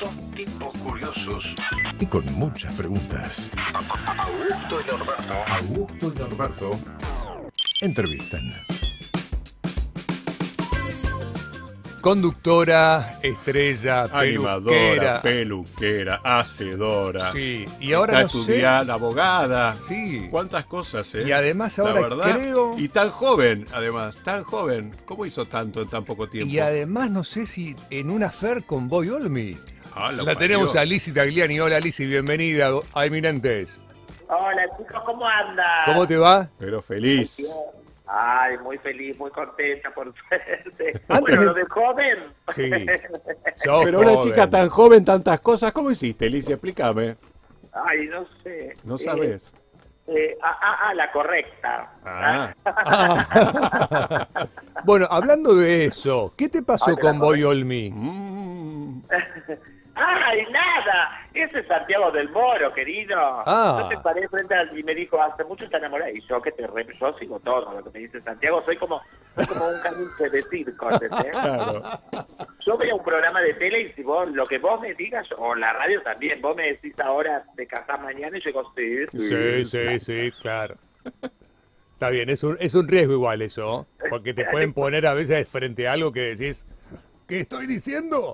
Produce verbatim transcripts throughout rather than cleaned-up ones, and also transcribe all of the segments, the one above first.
Son tipos curiosos y con muchas preguntas. Augusto y Norberto. Augusto y Norberto entrevistan. Conductora, estrella, animadora, peluquera. peluquera, hacedora. Sí, y ahora está no sé. estudiada, abogada. Sí. Cuántas cosas, ¿eh? Y además La ahora verdad, creo. Y tan joven, además, tan joven. ¿Cómo hizo tanto en tan poco tiempo? Y además no sé si en una affair con Boy Olmi. Ah, La parió. tenemos a Lizzy Tagliani. Hola Lizzy, bienvenida a Eminentes. Hola chicos, ¿cómo andan? ¿Cómo te va? Pero feliz. Ay, muy feliz, muy contenta, por suerte. Antes Bueno, de- lo de joven. Sí. Sos Pero una joven. chica tan joven, tantas cosas. ¿Cómo hiciste, Alicia? Explícame. Ay, no sé. No Eh, sabes. eh, ah, ah, ah, la correcta. Ah. Ah. Bueno, hablando de eso, ¿qué te pasó Ay, te la con Boy corregí. Olmi? Mm. Ay, nada. Ese es Santiago del Moro, querido. Ah. Yo te paré frente al y me dijo, hace mucho te enamoré. Y yo que te re... yo sigo todo lo que me dice Santiago. Soy como, soy como un caniche de circo, ¿entendés? Claro. Yo veo un programa de tele y si vos, lo que vos me digas, o la radio también, vos me decís ahora te casás mañana y yo digo, sí, Sí, sí, sí, claro. Está bien, es un, es un riesgo igual eso, porque te pueden poner a veces frente a algo que decís, ¿qué estoy diciendo?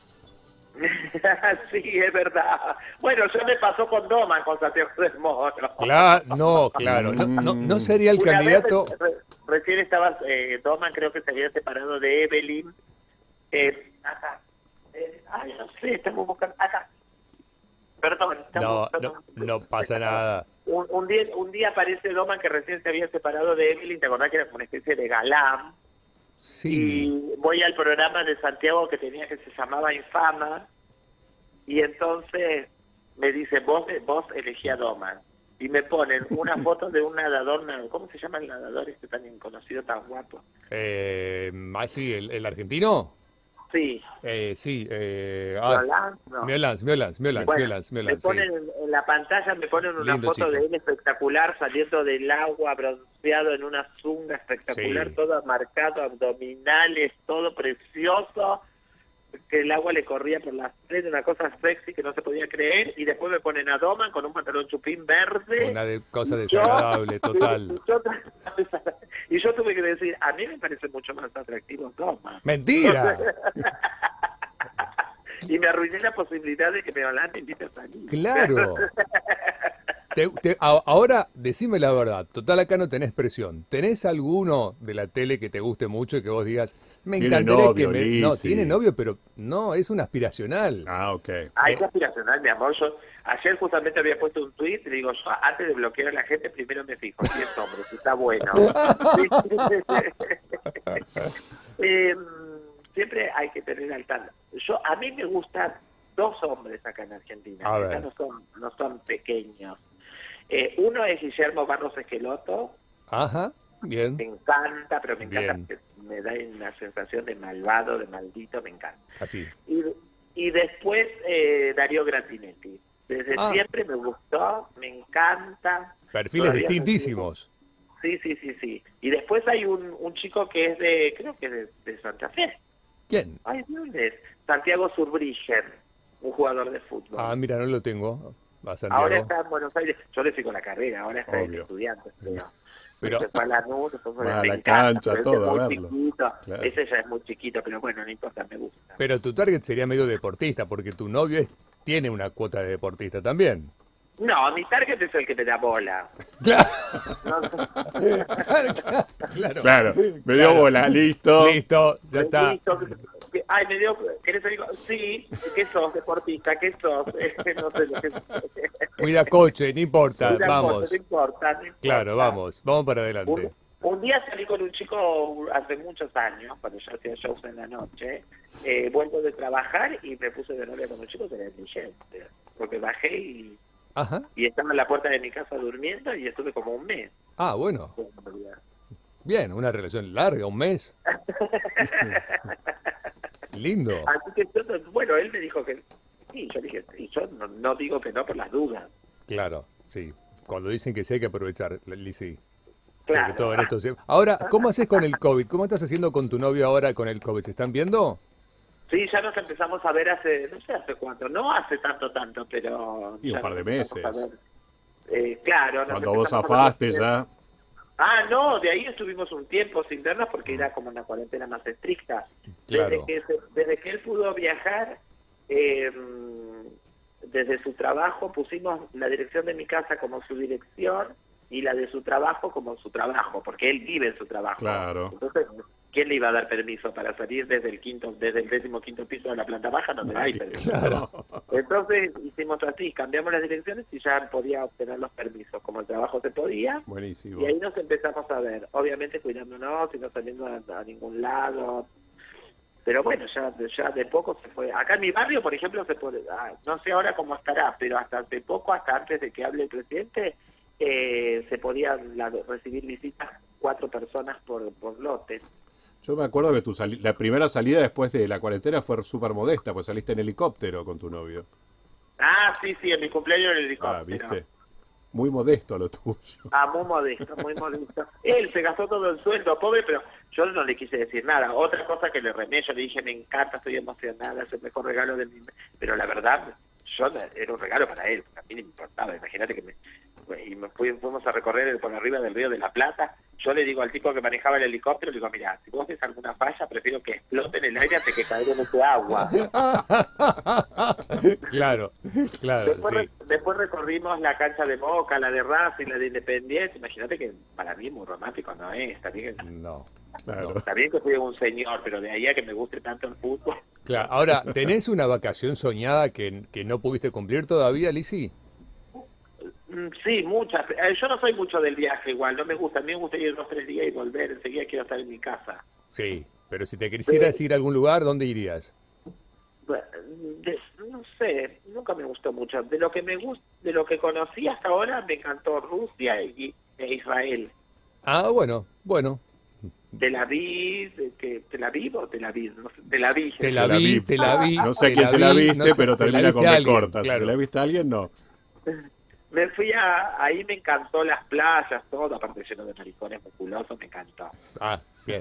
sí, es verdad. Bueno, ya me pasó con Doman, con Santiago del Moro. Claro, no, claro, no, no, no sería el Una candidato. vez, re- recién estabas, eh, Doman creo que se había separado de Evelyn. Eh, acá. Eh, ay, no sé, estamos buscando. Acá. Perdón. estamos No, buscando- no, no pasa nada. Un, un día un día aparece Doman que recién se había separado de Evelyn, ¿te acordás que era como una especie de galán? Sí. Y voy al programa de Santiago que tenía que se llamaba Infama, y entonces me dice, vos, vos elegí a Doman. Y me ponen una foto de un nadador, ¿cómo se llama el nadador este tan conocido, tan guapo? Eh, ah, sí, el, el argentino. Sí. Eh, sí, eh, ah, Miolans, no. Miolans, Miolans, Miolans, Bueno, Miolans, me Miolans, sí. ponen en, en la pantalla, me ponen una Lindo foto chico. de él espectacular, saliendo del agua, bronceado en una zunga espectacular, Sí. todo marcado, abdominales, todo precioso, que el agua le corría por las frente, una cosa sexy que no se podía creer, y después me ponen a Doman con un pantalón chupín verde. Una de- cosa y yo- desagradable, total. Y yo, y yo tuve que decir, a mí me parece mucho más atractivo Doman. ¡Mentira! Y me arruiné la posibilidad de que me hablan me invite a salir. Claro. Te- te- a- ahora, decime la verdad. Total, acá no tenés presión. ¿Tenés alguno de la tele que te guste mucho y que vos digas, me Tiene encantaría novio, que me... No, Lizzy. tiene novio, pero no, es un aspiracional. Ah, ok. Ay, qué aspiracional, mi amor. Yo ayer justamente había puesto un tweet y digo, yo antes de bloquear a la gente, primero me fijo si es hombre, si está bueno. Eh, siempre hay que tener al tanto. Yo, a mí me gustan dos hombres acá en Argentina. A que ver. ya no son, no son pequeños. Eh, uno es Guillermo Barros Esqueloto. Ajá, bien. Me encanta, pero me encanta, Bien. porque me da una sensación de malvado, de maldito, me encanta. Así. Y, y después eh, Darío Grandinetti. Desde Ah. siempre me gustó, me encanta. Perfiles Todavía distintísimos. Sí, sí, sí, sí. Y después hay un, un chico que es de, creo que es de, de Santa Fe. ¿Quién? Ay, ¿de dónde es? Santiago Surbrigen, un jugador de fútbol. Ah, mira, no lo tengo. A Santiago. Ahora está en Buenos Aires. Yo le sigo la carrera, ahora está en Obvio. estudiante, creo. Pero- Se fue a la nube, después fue Va a me la encanta, cancha, pero ese todo, es a muy verlo. chiquito. Claro. Ese ya es muy chiquito, pero bueno, no importa, me gusta. Pero tu target sería medio deportista, porque tu novio es- tiene una cuota de deportista también. No, mi target es el que me da bola. Claro, No, claro, claro. Claro, me dio Claro. bola, listo. Listo, ya está. Listo. Ay, me dio, ¿querés salir con- Sí, ¿qué sos, deportista? ¿Qué sos? no sé lo que Cuida coche, no importa, Cuida vamos. coche, No importa, no importa. Claro, vamos, vamos para Un, adelante. un día salí con un chico hace muchos años, cuando yo hacía shows en la noche, eh, vuelvo de trabajar y me puse de novia con un chico que era brillante, porque bajé y, Ajá. y estaba en la puerta de mi casa durmiendo y estuve como un mes. Ah, bueno. Bien, una relación larga, un mes. Lindo. Así que yo, no- bueno, él me dijo que sí, yo dije, sí, yo no, no digo que no por las dudas. Claro, sí. Cuando dicen que sí hay que aprovechar, Lizzy. Claro. Sobre todo en estos tiempos. Ahora, ¿cómo haces con el COVID? ¿Cómo estás haciendo con tu novio ahora con el COVID? ¿Se están viendo? Sí, ya nos empezamos a ver hace, no sé hace cuánto, no hace tanto, tanto, pero... Y un ya par nos de empezamos meses. a ver. Eh, claro. nos Cuando vos empezamos a ver- zafaste ya. Ah, no, de ahí estuvimos un tiempo sin vernos porque era como una cuarentena más estricta. Claro. Desde que, se- desde que él pudo viajar, eh, desde su trabajo pusimos la dirección de mi casa como su dirección y la de su trabajo como su trabajo, porque él vive en su trabajo. Claro. Entonces, ¿quién le iba a dar permiso para salir desde el quinto, desde el décimo quinto piso de la planta baja? No me da permiso. Claro. Entonces hicimos así, cambiamos las direcciones y ya podía obtener los permisos, como el trabajo se podía. Buenísimo. Y ahí nos empezamos a ver, obviamente cuidándonos y no saliendo a, a ningún lado. Pero bueno, ya, ya de poco se fue. Acá en mi barrio, por ejemplo, se puede, ah, no sé ahora cómo estará, pero hasta hace poco, hasta antes de que hable el presidente, eh, se podían la- recibir visitas cuatro personas por, por lote. Yo me acuerdo que tu sali- la primera salida después de la cuarentena fue súper modesta, pues saliste en helicóptero con tu novio. Ah, sí, sí, en mi cumpleaños en el helicóptero. Ah, ¿viste? Muy modesto lo tuyo. Ah, muy modesto, muy modesto. Él se gastó todo el sueldo, pobre, pero yo no le quise decir nada. Otra cosa que le remé, yo le dije, me encanta, estoy emocionada, es el mejor regalo de mi... Pero la verdad, yo era un regalo para él, a mí no me importaba. Imagínate que me... Y me fui- fuimos a recorrer por arriba del Río de la Plata. Yo le digo al tipo que manejaba el helicóptero, le digo, mira, si vos ves alguna falla, prefiero que explote en el aire antes que caer en ese agua. Claro, claro, Después, sí. re- después recorrimos la cancha de Boca, la de Racing, la de Independiente. Imagínate que para mí muy romántico no es. Está bien, No. Claro. está bien que soy un señor, pero de ahí a que me guste tanto el fútbol. Claro. Ahora, ¿tenés una vacación soñada que, que no pudiste cumplir todavía, Lizzy? Mm, Sí, muchas. Eh, Yo no soy mucho del viaje igual, no me gusta. A mí me gusta ir dos tres días y volver. Enseguida quiero estar en mi casa. Sí, pero si te quisieras ir a algún lugar, ¿dónde irías? Bueno, de- no sé, nunca me gustó mucho. De lo que me gust, de lo que conocí hasta ahora, me encantó Rusia y, e Israel. Ah, bueno, bueno. Tel Aviv, eh, que Tel Aviv o Tel Aviv, no sé, Tel Aviv. Te la vi, te la vi. No sé te quién se la vi, viste, no sé, pero te la termina viste con a B alguien, corta. Si claro. se la viste a alguien, no. Me fui a, ahí me encantó las playas, todo, aparte lleno de maricones musculosos, me encantó. Ah, bien.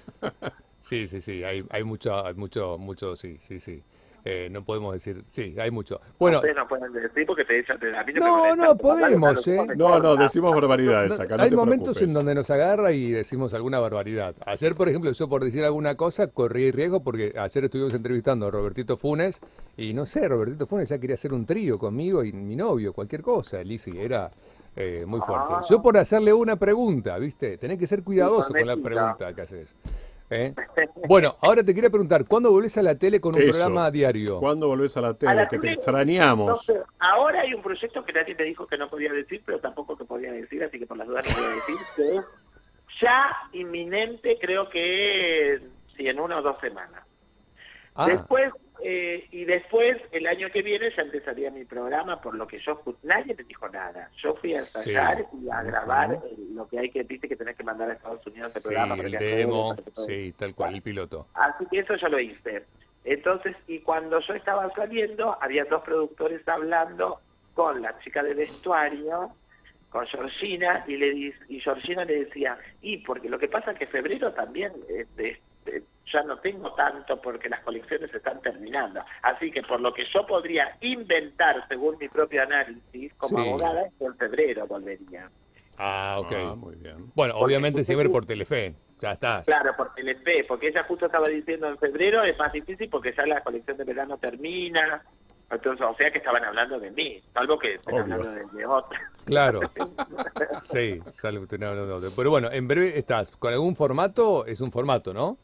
Sí, sí, sí, hay, hay mucho, hay mucho, mucho, sí, sí, sí. Eh, no podemos decir, sí, hay mucho. Bueno, Ustedes no pueden decir porque te echan de a mí me No, molesta, no, porque podemos, los ¿eh? ojos me No, no, cortan. decimos barbaridades no, acá, no hay te momentos preocupes. en donde nos agarra y decimos alguna barbaridad. Ayer, por ejemplo, yo por decir alguna cosa corrí riesgo porque ayer estuvimos entrevistando a Robertito Funes y no sé, Robertito Funes ya quería hacer un trío conmigo y mi novio, cualquier cosa, Lizzy, era eh, muy fuerte. Ah. Yo por hacerle una pregunta, ¿viste? Tenés que ser cuidadoso con la Cornetita. pregunta que haces. ¿eh? Bueno, ahora te quería preguntar, ¿cuándo volvés a la tele con un Eso. programa diario? ¿Cuándo volvés a la A tele? la Que te tele, extrañamos. no sé, ahora hay un proyecto que nadie me dijo que no podía decir, pero tampoco que podía decir, así que por las dudas no voy a decir, que es ya inminente, creo que sí, en una o dos semanas. Ah, Después, eh, y después, el año que viene ya empezaría mi programa, por lo que yo, escu- nadie me dijo nada. Yo fui a ensayar y a grabar eh, lo que hay que, viste que tenés que mandar a Estados Unidos el sí, programa. para el que haga demo, para que todo- sí, tal cual, el piloto. Así que eso ya lo hice. Entonces, y cuando yo estaba saliendo, había dos productores hablando con la chica de vestuario, con Georgina, y le di- y Georgina le decía, y porque lo que pasa es que febrero también este, este, ya no tengo tanto porque las colecciones se están terminando. Así que por lo que yo podría inventar, según mi propio análisis, como Sí. abogada, en febrero volvería. Ah, ok. Ah, muy bien. Bueno, Porque obviamente usted siempre dice- por Telefe, ya estás. Claro, por Telefe, porque ella justo estaba diciendo en febrero es más difícil porque ya la colección de verano termina, entonces, o sea que estaban hablando de mí, salvo que estén Obvio. hablando de, de otra. Claro. Sí, salvo que no, no, no. Pero bueno, en breve estás con algún formato, es un formato, ¿no?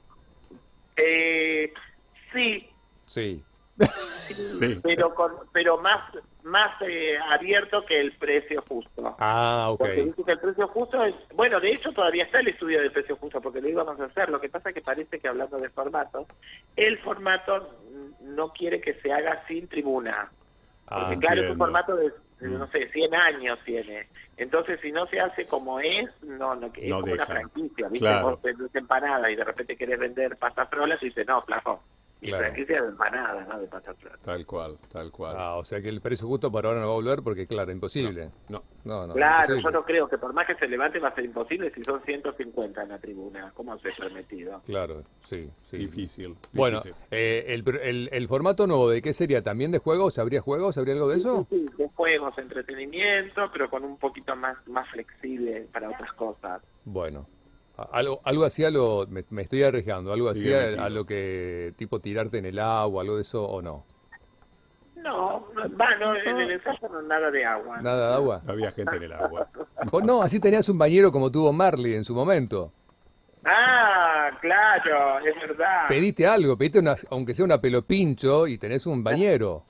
Eh, sí, Sí. Sí. pero con, pero más más eh, abierto que el precio justo. Ah, ok. Porque dice que el precio justo es, bueno, de hecho todavía está el estudio del precio justo porque lo íbamos a hacer, lo que pasa es que parece que hablando de formato, el formato mm, no quiere que se haga sin tribuna. Ah, Porque claro, es un entiendo. formato de, de, no sé, cien años tiene. Entonces, si no se hace como es, no, no es No como una deja. franquicia, ¿viste? Claro. Vos vendés empanada y de repente querés vender pastas frolas y dices, no, flaco, Y Claro. franquicia de empanadas, ¿no? De patas fritas. Tal cual, tal cual. Ah, o sea que el precio justo para ahora no va a volver porque, claro, imposible. No. No, no, Claro, imposible. yo no creo que por más que se levante va a ser imposible si son ciento cincuenta en la tribuna. ¿Cómo se ha permitido? Claro, sí, sí. Difícil. Bueno, difícil. eh, el, el, el formato nuevo, ¿de qué sería? ¿También de juegos? ¿Habría juegos? ¿Habría algo de eso? Sí, sí, de juegos, entretenimiento, pero con un poquito más, más flexible para otras cosas. Bueno, a- algo, algo así a lo, me, me estoy arriesgando, algo así Sigue a, metido. a lo que tipo tirarte en el agua, algo de eso o no. No, no, va, no, en el ensayo no nada de agua. Nada de agua. No había gente en el agua. Vos no, así tenías un bañero como tuvo Marley en su momento. Ah, claro, es verdad. Pediste algo, pediste una, aunque sea una pelo pincho y tenés un bañero.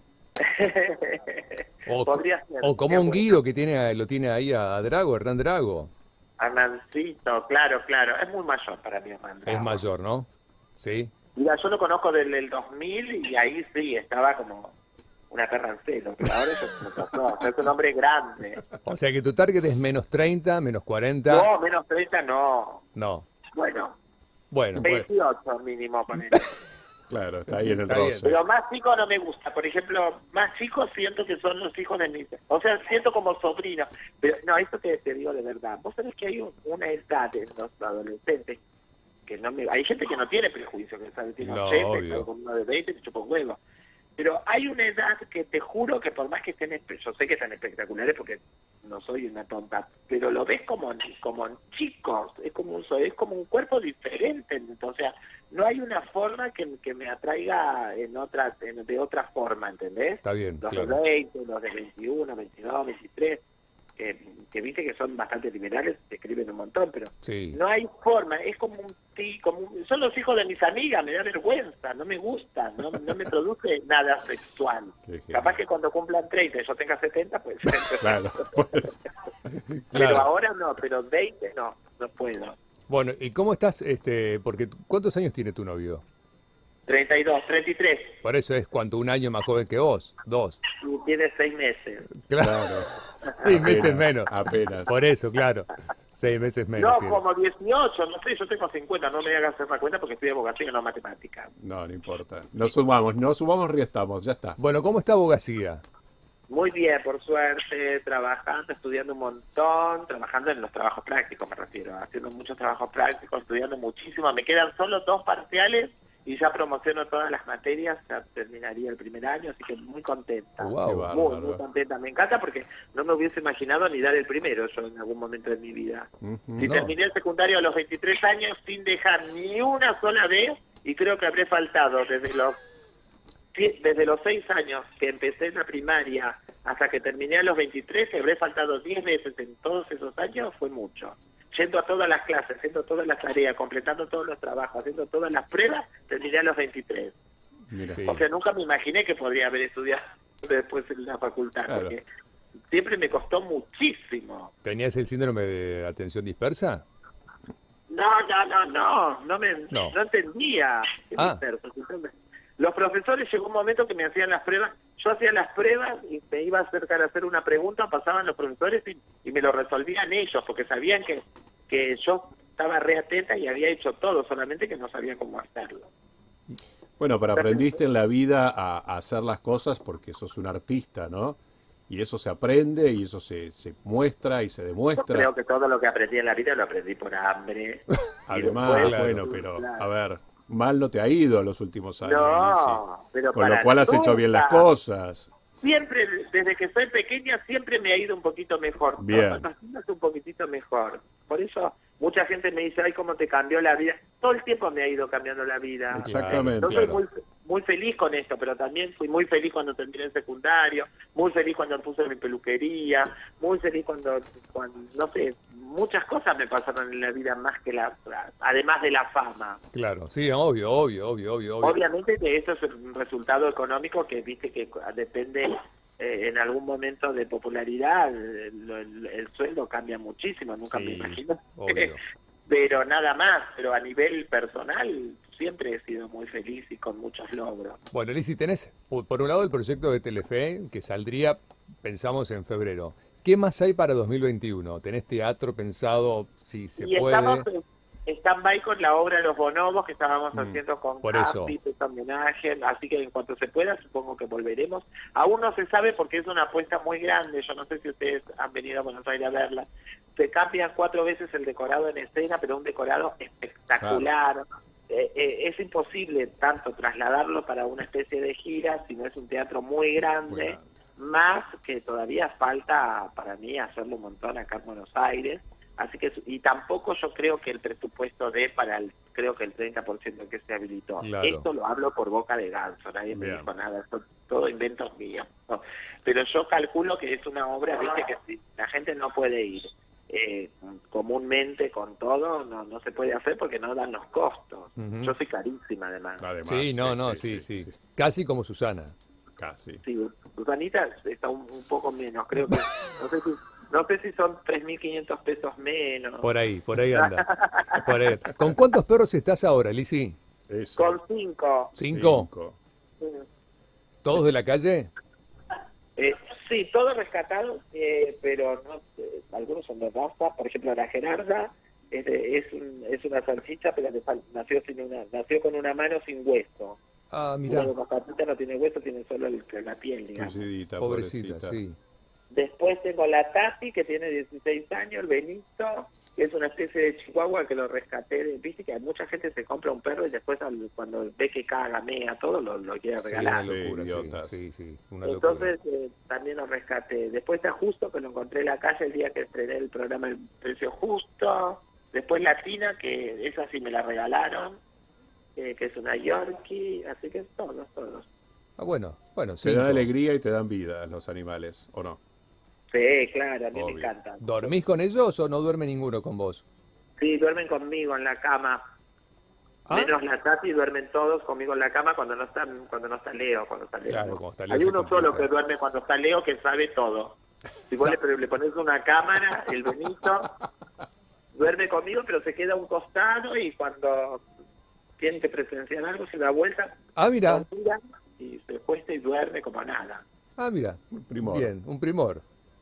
O, Podría ser. o como sería un bueno. Guido que tiene, lo tiene ahí a, a Drago, Hernán Drago. Hernancito, claro, claro. Es muy mayor para mí, Hernán Es Drago. mayor, ¿no? Sí. Mira, yo lo conozco desde el dos mil y ahí sí, estaba como una perra en celo, pero ahora ya se me pasó. Es un hombre grande. O sea que tu target es menos treinta, menos cuarenta. No, menos treinta no. No. Bueno, Bueno, bueno. veintiocho mínimo poner. Claro, está ahí en el Está bien. roce. Pero más chico no me gusta. Por ejemplo, más chicos siento que son los hijos de mis... O sea, siento como sobrino. Pero no, esto te, te digo de verdad. Vos sabés que hay un- una edad en los adolescentes que no me... Hay gente que no tiene prejuicio, que sabe, tiene No, ochenta, y obvio. sabe con uno de veinte, te chupa un huevo. Pero hay una edad que te juro que por más que estén... espe- Yo sé que están espectaculares porque no soy una tonta, pero lo ves como, como chicos, es como un, es como un cuerpo diferente. Entonces, o sea, no hay una forma que, que me atraiga en otra, en- de otra forma, ¿entendés? Está bien, Los claro. de veinte, los de veintiuno, veintidós, veintitrés, que, que viste que son bastante liberales, te escriben un montón, pero Sí. no hay forma, es como un ti, como un- son los hijos de mis amigas, me da vergüenza, no me gustan, no, no me produce nada sexual. Qué genial. Capaz que cuando cumplan treinta y yo tenga setenta, pues Claro, pues. pero Claro. ahora no, pero veinte no, no puedo. Bueno, ¿y cómo estás? Este, porque ¿cuántos años tiene tu novio? treinta y dos, treinta y tres, Por eso es cuánto, un año más joven que vos, dos. y tiene seis meses. Claro. Seis meses Apenas, menos. apenas. Por eso, claro. Seis meses menos. No, tiene. como dieciocho, no sé, yo tengo cincuenta, no me hagas hacer la cuenta porque estoy de abogacía y no matemática. No, no importa. No sumamos, no sumamos, restamos, ya está. Bueno, ¿cómo está abogacía? Muy bien, por suerte, trabajando, estudiando un montón, trabajando en los trabajos prácticos, me refiero, haciendo muchos trabajos prácticos, estudiando muchísimo. Me quedan solo dos parciales y ya promociono todas las materias, ya terminaría el primer año, así que muy contenta. Wow. Qué Muy, bárbaro. muy contenta. Me encanta porque no me hubiese imaginado ni dar el primero yo en algún momento de mi vida. Ujú. Si No. terminé el secundario a los veintitrés años sin dejar ni una sola vez, y creo que habré faltado desde los sie- desde los seis años que empecé en la primaria hasta que terminé a los veintitrés, habré faltado diez veces en todos esos años, fue mucho. Yendo a todas las clases, haciendo todas las tareas, completando todos los trabajos, haciendo todas las pruebas, terminé a los veintitrés. Mira. Sí. O sea, nunca me imaginé que podría haber estudiado después en la facultad, Claro. porque siempre me costó muchísimo. ¿Tenías el síndrome de atención dispersa? No, no, no, no, no me No. no, entendía. ¿Qué Ah. disperso? Los profesores llegó un momento que me hacían las pruebas, yo hacía las pruebas y me iba a acercar a hacer una pregunta, pasaban los profesores y, y me lo resolvían ellos, porque sabían que, que yo estaba re atenta y había hecho todo, solamente que no sabía cómo hacerlo. Bueno, pero aprendiste en la vida a, a hacer las cosas porque sos un artista, ¿no? Y eso se aprende y eso se, se muestra y se Yo demuestra. creo que todo lo que aprendí en la vida lo aprendí por hambre. Y Además, después, claro, bueno, pero claro. a ver, mal no te ha ido los últimos años. No, Lizzy. pero Con para lo cual has hecho bien las nunca. cosas. Siempre, desde que soy pequeña, siempre me ha ido un poquito mejor. Bien. Todos los días un poquitito mejor. Por eso mucha gente me dice, ay, cómo te cambió la vida. Todo el tiempo me ha ido cambiando la vida. Exactamente. Yo soy Claro. muy, muy feliz con esto, pero también fui muy feliz cuando terminé el secundario, muy feliz cuando puse mi peluquería, muy feliz cuando, cuando, no sé, muchas cosas me pasaron en la vida más que la, además de la fama. Claro, sí, obvio, obvio, obvio, obvio. obvio. Obviamente que eso es un resultado económico que viste que depende eh, en algún momento de popularidad, el, el- el sueldo cambia muchísimo, nunca Sí, me imagino. obvio. Pero nada más, pero a nivel personal siempre he sido muy feliz y con muchos logros. Bueno, Lizzy, tenés por por un lado el proyecto de Telefe, que saldría, pensamos, en febrero. ¿Qué más hay para dos mil veintiuno? ¿Tenés teatro pensado, si se y puede? estamos, stand-by con la obra de los bonobos que estábamos Mm, haciendo con por eso. Capi, este homenaje, así que en cuanto se pueda supongo que volveremos. Aún no se sabe porque es una apuesta muy grande, yo no sé si ustedes han venido a Buenos Aires a verla. Se cambia cuatro veces el decorado en escena, pero un decorado espectacular. Eh, eh, es imposible tanto trasladarlo para una especie de gira, si no es un teatro muy grande, Muy grande. más que todavía falta para mí hacerlo un montón acá en Buenos Aires. Así que, y tampoco yo creo que el presupuesto dé para el, creo que el treinta por ciento que se habilitó. Claro. Esto lo hablo por boca de ganso, nadie me Bien. dijo nada, esto todo inventos míos. No. Pero yo calculo que es una obra, viste, que si la gente no puede ir eh, comúnmente con todo, no no se puede hacer porque no dan los costos. Ujú. Yo soy carísima además. Además, Sí, no, no, sí, sí, sí. Casi como Susana. Casi. Sí, Susanita está un, un poco menos, creo que, no sé si, no sé si son tres mil quinientos pesos menos. Por ahí, por ahí anda. Por ahí. ¿Con cuántos perros estás ahora, Lizzy? Eso. Con cinco. ¿Cinco? ¿Todos de la calle? Eh, sí, todos rescatados, eh, pero no, eh, algunos son de raza. Por ejemplo, la Gerarda es, de- es, un- es una salchicha, pero le fal- nació sin una, nació con una mano sin hueso. Ah, Una mirá, de las patitas no tiene hueso, tiene solo el- la piel, digamos. Pobrecita, pobrecita, pobrecita. sí. Después tengo la Tati, que tiene dieciséis años, el Benito, que es una especie de chihuahua que lo rescaté. De, viste que mucha gente se compra un perro y después al- cuando ve que caga, mea, todo lo, lo quiere Sí, regalar. una locura, sí, idiotas. sí, sí, una locura. Entonces eh, también lo rescaté. Después está Justo, que lo encontré en la calle el día que estrené el programa El Precio Justo. Después la Tina, que esa sí me la regalaron, eh, que es una Yorkie. Así que todos, todos. Ah, bueno, bueno, Te cinco. dan alegría y te dan vida los animales, ¿o no? Sí, claro, a mí Obvio. me encantan. ¿Dormís con ellos o no duerme ninguno con vos? Sí, duermen conmigo en la cama. ¿Ah? Menos la Tati, duermen todos conmigo en la cama cuando no están, cuando no está Leo, cuando está Leo. Claro, no. cuando está Leo Hay se uno complica. solo que duerme cuando está Leo que sabe todo. Si vos Sa- le, le pones una cámara, el Benito duerme conmigo, pero se queda a un costado y cuando tiene que presenciar algo se da vuelta, Ah, mira, lo mira y se cuesta y duerme como nada. ah, mira. Un primor. Bien, un primor.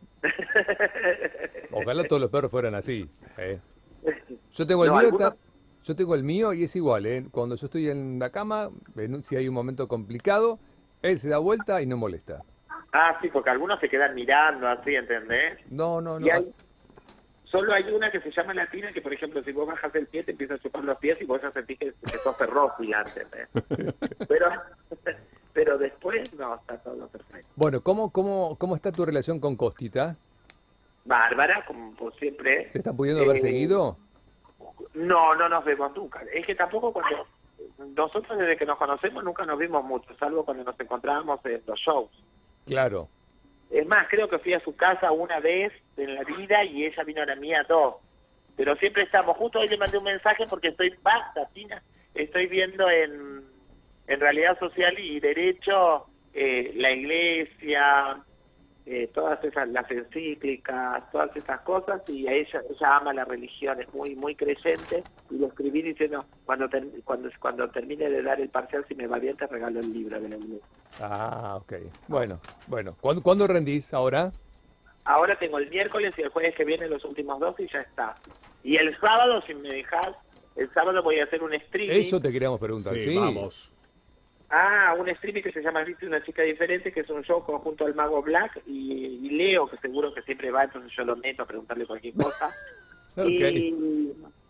Ojalá todos los perros fueran así. ¿eh? Yo tengo el No, mío, algunos- ta- yo tengo el mío y es igual. ¿eh? Cuando yo estoy en la cama, en un- si hay un momento complicado, él se da vuelta y no molesta. Ah, sí, porque algunos se quedan mirando así, ¿entendés? No, no, no. Y hay, solo hay una que se llama Latina, que por ejemplo, si vos bajas el pie, te empieza a chupar los pies y vos ya sentís que, que sos perrófila, ¿entendés? Pero, pero después, no, está todo perfecto. Bueno, ¿cómo, cómo, ¿cómo está tu relación con Costita? Bárbara, como por siempre. ¿Se están pudiendo ver Eh, seguido? No, no nos vemos nunca. Es que tampoco cuando... Nosotros desde que nos conocemos nunca nos vimos mucho, salvo cuando nos encontrábamos en los shows. Claro. Es más, creo que fui a su casa una vez en la vida y ella vino a la mía dos. Pero siempre estamos. Justo hoy le mandé un mensaje porque estoy, basta, Tina, estoy viendo en, en Realidad Social y Derecho eh, la iglesia, eh, todas esas, las encíclicas, todas esas cosas, y a ella, ella ama la religión, es muy muy creyente, y le escribí diciendo, cuando ter- cuando cuando termine de dar el parcial, si me va bien, te regalo el libro de la iglesia. Ah, ok. Bueno, bueno. ¿Cuándo, ¿cuándo rendís ahora? Ahora tengo el miércoles y el jueves que viene los últimos dos y ya está. Y el sábado, si me dejas, el sábado voy a hacer un streaming. Eso te queríamos preguntar. Sí, Sí, vamos. Ah, un streaming que se llama Viste una chica diferente, que es un show conjunto al Mago Black y, y Leo, que seguro que siempre va, entonces yo lo meto a preguntarle cualquier cosa. Ok. Y,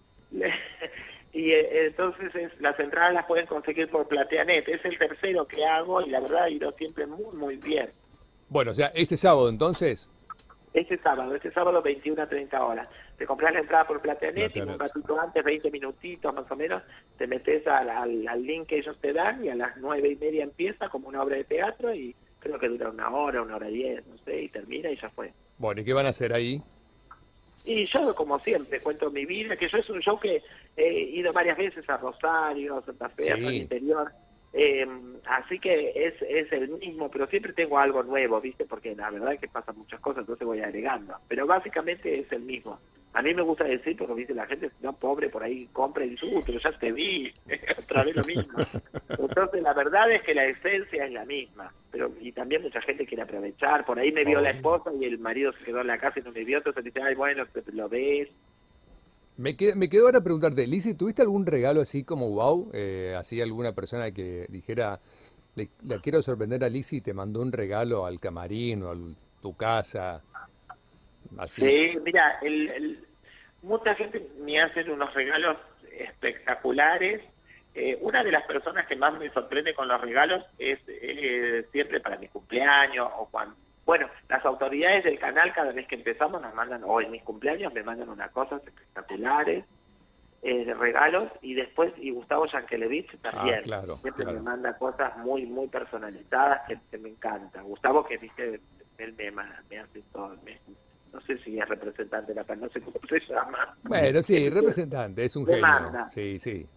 y eh, entonces es- las entradas las pueden conseguir por Plateanet. Es el tercero que hago y la verdad ha ido siempre muy, muy bien. Bueno, o sea, este sábado entonces. Este sábado, este sábado veintiuna a treinta horas. Te compras la entrada por Plateanet y un Plateanet. ratito antes, veinte minutitos más o menos, te metes al, al, al link que ellos te dan y a las nueve y media empieza como una obra de teatro y creo que dura una hora, una hora diez, no sé, y termina y ya fue. Bueno, ¿y qué van a hacer ahí? Y yo, como siempre, cuento mi vida, que yo es un show que he ido varias veces a Rosario, a Santa Fe, Sí. al interior, eh, así que es, es el mismo, pero siempre tengo algo nuevo, ¿viste? Porque la verdad es que pasan muchas cosas, entonces voy agregando. Pero básicamente es el mismo. A mí me gusta decir, porque ¿viste? La gente, no pobre, por ahí compra y dice, "Uh, pero ya te vi, otra vez lo mismo". Entonces la verdad es que la esencia es la misma, pero y también mucha gente quiere aprovechar. Por ahí me vio Oh. la esposa y el marido se quedó en la casa y no me vio, entonces dice, ay, bueno, te- lo ves. Me quedo, me quedo ahora preguntarte, Lizzy, ¿tuviste algún regalo así como wow? Eh, así alguna persona que dijera, le, le quiero sorprender a Lizzy y te mandó un regalo al camarín o a tu casa, así. Sí, mira, el, el- mucha gente me hace unos regalos espectaculares. Eh, una de las personas que más me sorprende con los regalos es eh, siempre para mi cumpleaños o cuando... Bueno, las autoridades del canal cada vez que empezamos nos mandan, o en mis cumpleaños me mandan unas cosas espectaculares eh, de regalos, y después, y Gustavo Yankelevich también, Ah, claro, siempre claro. me manda cosas muy, muy personalizadas que, que me encantan. Gustavo, que viste, él me, ma- me hace todo, me- no sé si es representante de la PAN, no sé cómo se llama. Bueno, sí, representante, es un Me genio. manda. Sí, sí.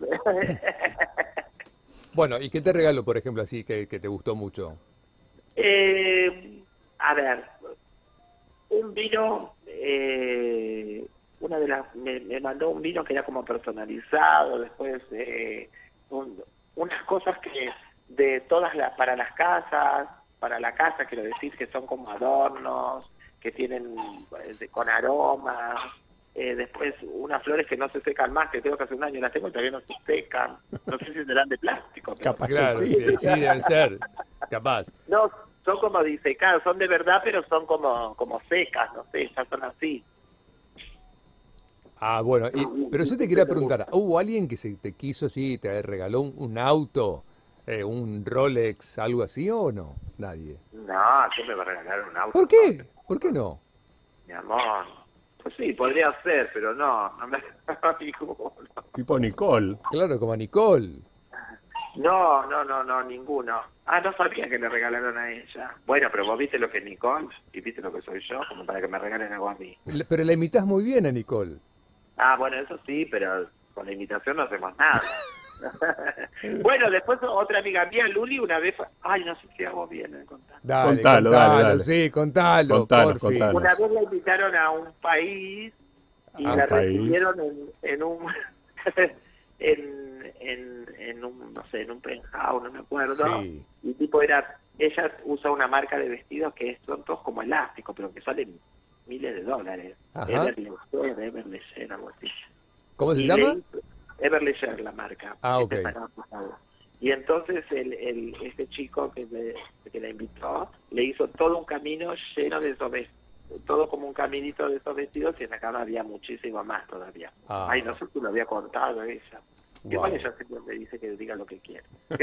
Bueno, ¿y qué te regalo, por ejemplo, así que, que te gustó mucho? Eh, a ver, un vino, eh, una de las, me, me mandó un vino que era como personalizado, después eh, un- unas cosas que de todas las, para las casas, para la casa quiero decir, que son como adornos, que tienen eh, de- con aromas, eh, después unas flores que no se secan más, que tengo que hace un año las tengo y todavía no se secan, no sé si serán de plástico, pero Capaz que Claro, sí. sí, sí, deben ser, capaz. no, son como disecadas, son de verdad, pero son como, como secas, no sé, ya son así. Ah, bueno, y- pero yo te quería preguntar, ¿hubo alguien que se te quiso así, te regaló un, un auto, eh, un Rolex, algo así o no? Nadie. No, yo me va a regalar un auto. ¿Por qué? ¿Por qué no? Mi amor. Pues sí, podría ser, pero no, no me regaló ninguno. Tipo Nicole. Claro, como a Nicole. No, no, no, no, ninguno. Ah, no sabía que le regalaron a ella. Bueno, pero vos viste lo que es Nicole y viste lo que soy yo, como para que me regalen algo a mí. Le- Pero la imitás muy bien a Nicole. Ah, bueno, eso sí, pero con la imitación no hacemos nada. Bueno, después otra amiga mía, Luli, una vez... Ay, no sé si hago bien en contar. Dale, Contalo, contalo, dale, dale. sí, contalo, Contalo, porfis. contalo. Una vez la invitaron a un país y ¿A un la país? recibieron en, en un... en, en, en un, no sé, en un penthouse, no me acuerdo. Sí. Y tipo era... Ella usa una marca de vestidos que son todos como elásticos, pero que salen miles de dólares. Ajá. Everly, Everly, algo así. ¿Cómo se Y llama? le hizo- Everleger, la marca. Ah, Este ok. sacaba pasado. Y entonces el, el, este chico que, me- que la invitó le hizo todo un camino lleno de esos vestidos, todo como un caminito de esos vestidos, y en la cama había muchísimo más todavía. Ah. Ay, no sé si lo había contado ella. Wow. Igual ella siempre me dice que diga lo que quiere.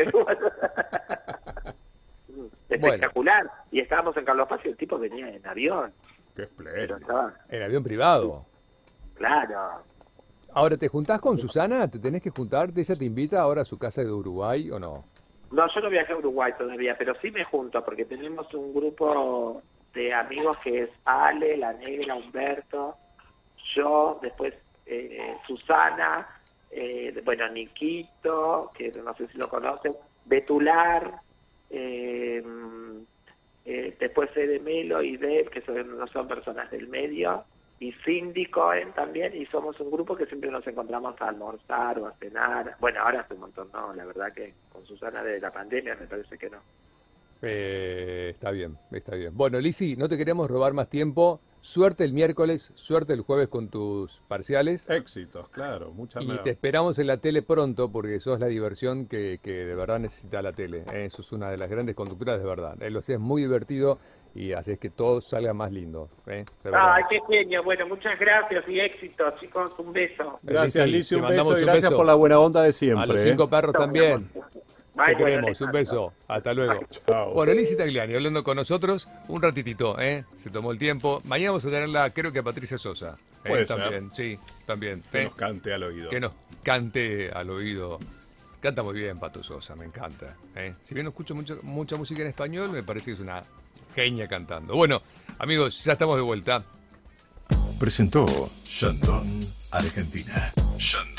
Espectacular. Y estábamos en Carlos Paz y el tipo venía en avión. Qué Pero espléndido. estaba, En avión privado. claro. Ahora, ¿te juntás con Susana? ¿Te tenés que juntar? ¿Ella te invita ahora a su casa de Uruguay o no? No, yo no viajé a Uruguay todavía, pero sí me junto porque tenemos un grupo de amigos que es Ale, La Negra, Humberto, yo, después eh, Susana, eh, bueno, Niquito, que no sé si lo conocen, Betular, eh, eh, después Ede Melo y Deb, que son, no son personas del medio, y Cindy Cohen también, y somos un grupo que siempre nos encontramos a almorzar o a cenar. Bueno, ahora hace un montón, no, la verdad que con Susana de la pandemia me parece que no. Eh, está bien, está bien. Bueno, Lizzy, no te queremos robar más tiempo. Suerte el miércoles, suerte el jueves con tus parciales. Éxitos, claro. Mucha Y mer- te esperamos en la tele pronto porque sos la diversión que, que de verdad necesita la tele. ¿eh? Sos una de las grandes conductoras de verdad. ¿eh? Lo haces muy divertido y haces que todo salga más lindo. ¿eh? De verdad. Ay, qué genio. Bueno, muchas gracias y éxito, chicos. Un beso. Gracias, Lizzy, Lizzy, te un mandamos beso y un gracias beso. por la buena onda de siempre. A los ¿eh? cinco perros también. Bye, Te bueno, queremos, les un mando. beso. Hasta luego. Chao. Bueno, Lizzy Tagliani hablando con nosotros un ratitito, ¿eh? Se tomó el tiempo. Mañana vamos a tenerla, creo que a Patricia Sosa. ¿eh? Puede ser. También, sí, también. Que ¿eh? nos cante al oído. Que nos cante al oído. Canta muy bien Pato Sosa, me encanta. ¿eh? Si bien no escucho mucha, mucha música en español, me parece que es una genia cantando. Bueno, amigos, ya estamos de vuelta. Presentó Shandong Argentina. Shandong.